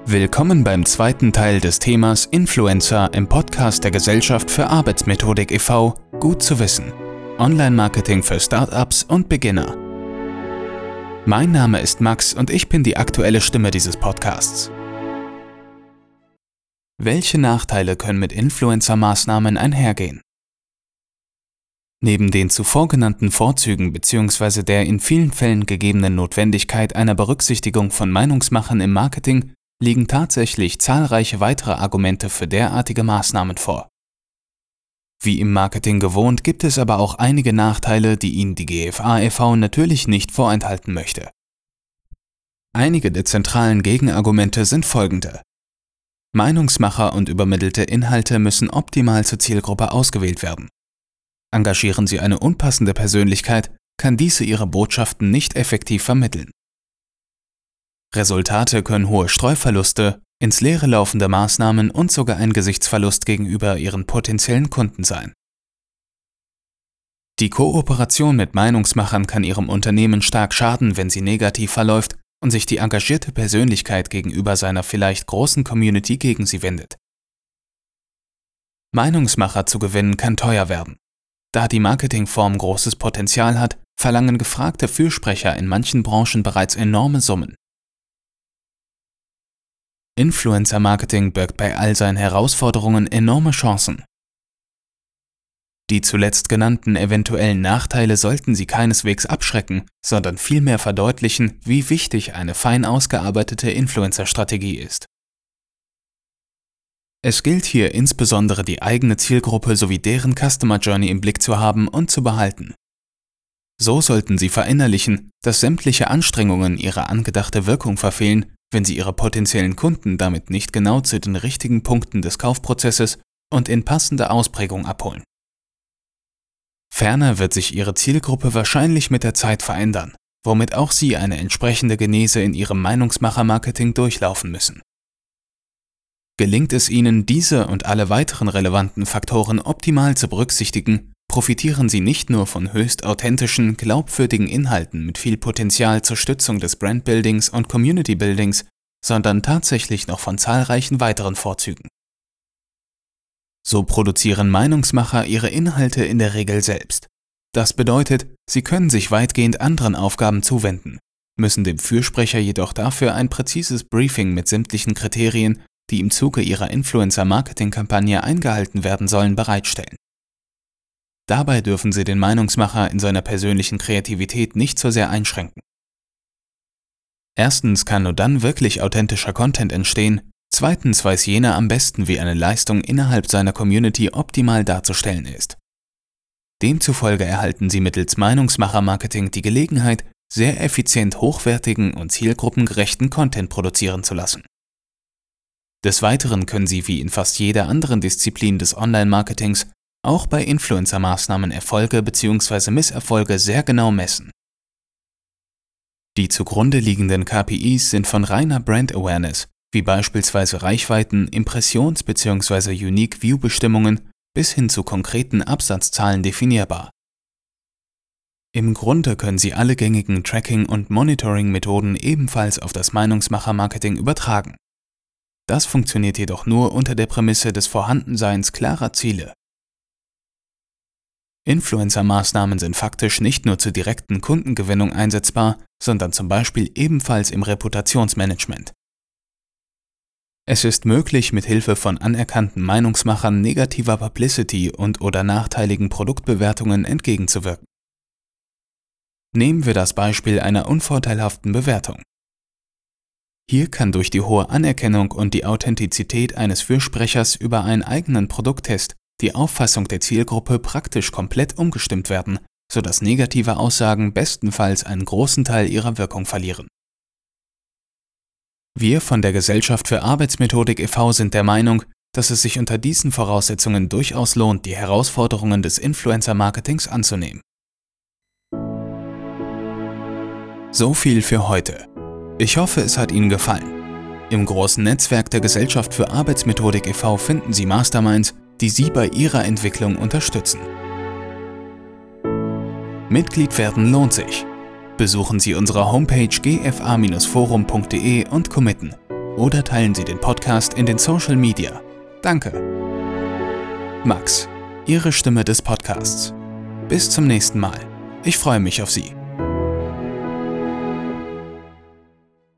Willkommen beim zweiten Teil des Themas Influencer im Podcast der Gesellschaft für Arbeitsmethodik e.V. Gut zu wissen. Online-Marketing für Startups und Beginner. Mein Name ist Max und ich bin die aktuelle Stimme dieses Podcasts. Welche Nachteile können mit Influencer-Maßnahmen einhergehen? Neben den zuvor genannten Vorzügen bzw. der in vielen Fällen gegebenen Notwendigkeit einer Berücksichtigung von Meinungsmachern im Marketing liegen tatsächlich zahlreiche weitere Argumente für derartige Maßnahmen vor. Wie im Marketing gewohnt, gibt es aber auch einige Nachteile, die Ihnen die GfA e.V. natürlich nicht vorenthalten möchte. Einige der zentralen Gegenargumente sind folgende. Meinungsmacher und übermittelte Inhalte müssen optimal zur Zielgruppe ausgewählt werden. Engagieren Sie eine unpassende Persönlichkeit, kann diese Ihre Botschaften nicht effektiv vermitteln. Resultate können hohe Streuverluste, ins Leere laufende Maßnahmen und sogar ein Gesichtsverlust gegenüber Ihren potenziellen Kunden sein. Die Kooperation mit Meinungsmachern kann Ihrem Unternehmen stark schaden, wenn sie negativ verläuft und sich die engagierte Persönlichkeit gegenüber seiner vielleicht großen Community gegen Sie wendet. Meinungsmacher zu gewinnen kann teuer werden. Da die Marketingform großes Potenzial hat, verlangen gefragte Fürsprecher in manchen Branchen bereits enorme Summen. Influencer-Marketing birgt bei all seinen Herausforderungen enorme Chancen. Die zuletzt genannten eventuellen Nachteile sollten Sie keineswegs abschrecken, sondern vielmehr verdeutlichen, wie wichtig eine fein ausgearbeitete Influencer-Strategie ist. Es gilt hier insbesondere die eigene Zielgruppe sowie deren Customer Journey im Blick zu haben und zu behalten. So sollten Sie verinnerlichen, dass sämtliche Anstrengungen ihre angedachte Wirkung verfehlen, wenn Sie Ihre potenziellen Kunden damit nicht genau zu den richtigen Punkten des Kaufprozesses und in passender Ausprägung abholen. Ferner wird sich Ihre Zielgruppe wahrscheinlich mit der Zeit verändern, womit auch Sie eine entsprechende Genese in Ihrem Meinungsmacher-Marketing durchlaufen müssen. Gelingt es Ihnen, diese und alle weiteren relevanten Faktoren optimal zu berücksichtigen, profitieren Sie nicht nur von höchst authentischen, glaubwürdigen Inhalten mit viel Potenzial zur Stützung des Brandbuildings und Community-Buildings, sondern tatsächlich noch von zahlreichen weiteren Vorzügen. So produzieren Meinungsmacher ihre Inhalte in der Regel selbst. Das bedeutet, sie können sich weitgehend anderen Aufgaben zuwenden, müssen dem Fürsprecher jedoch dafür ein präzises Briefing mit sämtlichen Kriterien, die im Zuge ihrer Influencer-Marketing-Kampagne eingehalten werden sollen, bereitstellen. Dabei dürfen Sie den Meinungsmacher in seiner persönlichen Kreativität nicht so sehr einschränken. Erstens kann nur dann wirklich authentischer Content entstehen, zweitens weiß jener am besten, wie eine Leistung innerhalb seiner Community optimal darzustellen ist. Demzufolge erhalten Sie mittels Meinungsmacher-Marketing die Gelegenheit, sehr effizient hochwertigen und zielgruppengerechten Content produzieren zu lassen. Des Weiteren können Sie wie in fast jeder anderen Disziplin des Online-Marketings auch bei Influencer-Maßnahmen Erfolge bzw. Misserfolge sehr genau messen. Die zugrunde liegenden KPIs sind von reiner Brand Awareness, wie beispielsweise Reichweiten, Impressions- bzw. Unique View-Bestimmungen bis hin zu konkreten Absatzzahlen definierbar. Im Grunde können Sie alle gängigen Tracking- und Monitoring-Methoden ebenfalls auf das Meinungsmacher-Marketing übertragen. Das funktioniert jedoch nur unter der Prämisse des Vorhandenseins klarer Ziele. Influencer-Maßnahmen sind faktisch nicht nur zur direkten Kundengewinnung einsetzbar, sondern zum Beispiel ebenfalls im Reputationsmanagement. Es ist möglich, mit Hilfe von anerkannten Meinungsmachern negativer Publicity und/oder nachteiligen Produktbewertungen entgegenzuwirken. Nehmen wir das Beispiel einer unvorteilhaften Bewertung. Hier kann durch die hohe Anerkennung und die Authentizität eines Fürsprechers über einen eigenen Produkttest die Auffassung der Zielgruppe praktisch komplett umgestimmt werden, sodass negative Aussagen bestenfalls einen großen Teil ihrer Wirkung verlieren. Wir von der Gesellschaft für Arbeitsmethodik e.V. sind der Meinung, dass es sich unter diesen Voraussetzungen durchaus lohnt, die Herausforderungen des Influencer-Marketings anzunehmen. So viel für heute. Ich hoffe, es hat Ihnen gefallen. Im großen Netzwerk der Gesellschaft für Arbeitsmethodik e.V. finden Sie Masterminds, die Sie bei Ihrer Entwicklung unterstützen. Mitglied werden lohnt sich. Besuchen Sie unsere Homepage gfa-forum.de und committen. oder teilen Sie den Podcast in den Social Media. Danke. Max, Ihre Stimme des Podcasts. Bis zum nächsten Mal. Ich freue mich auf Sie.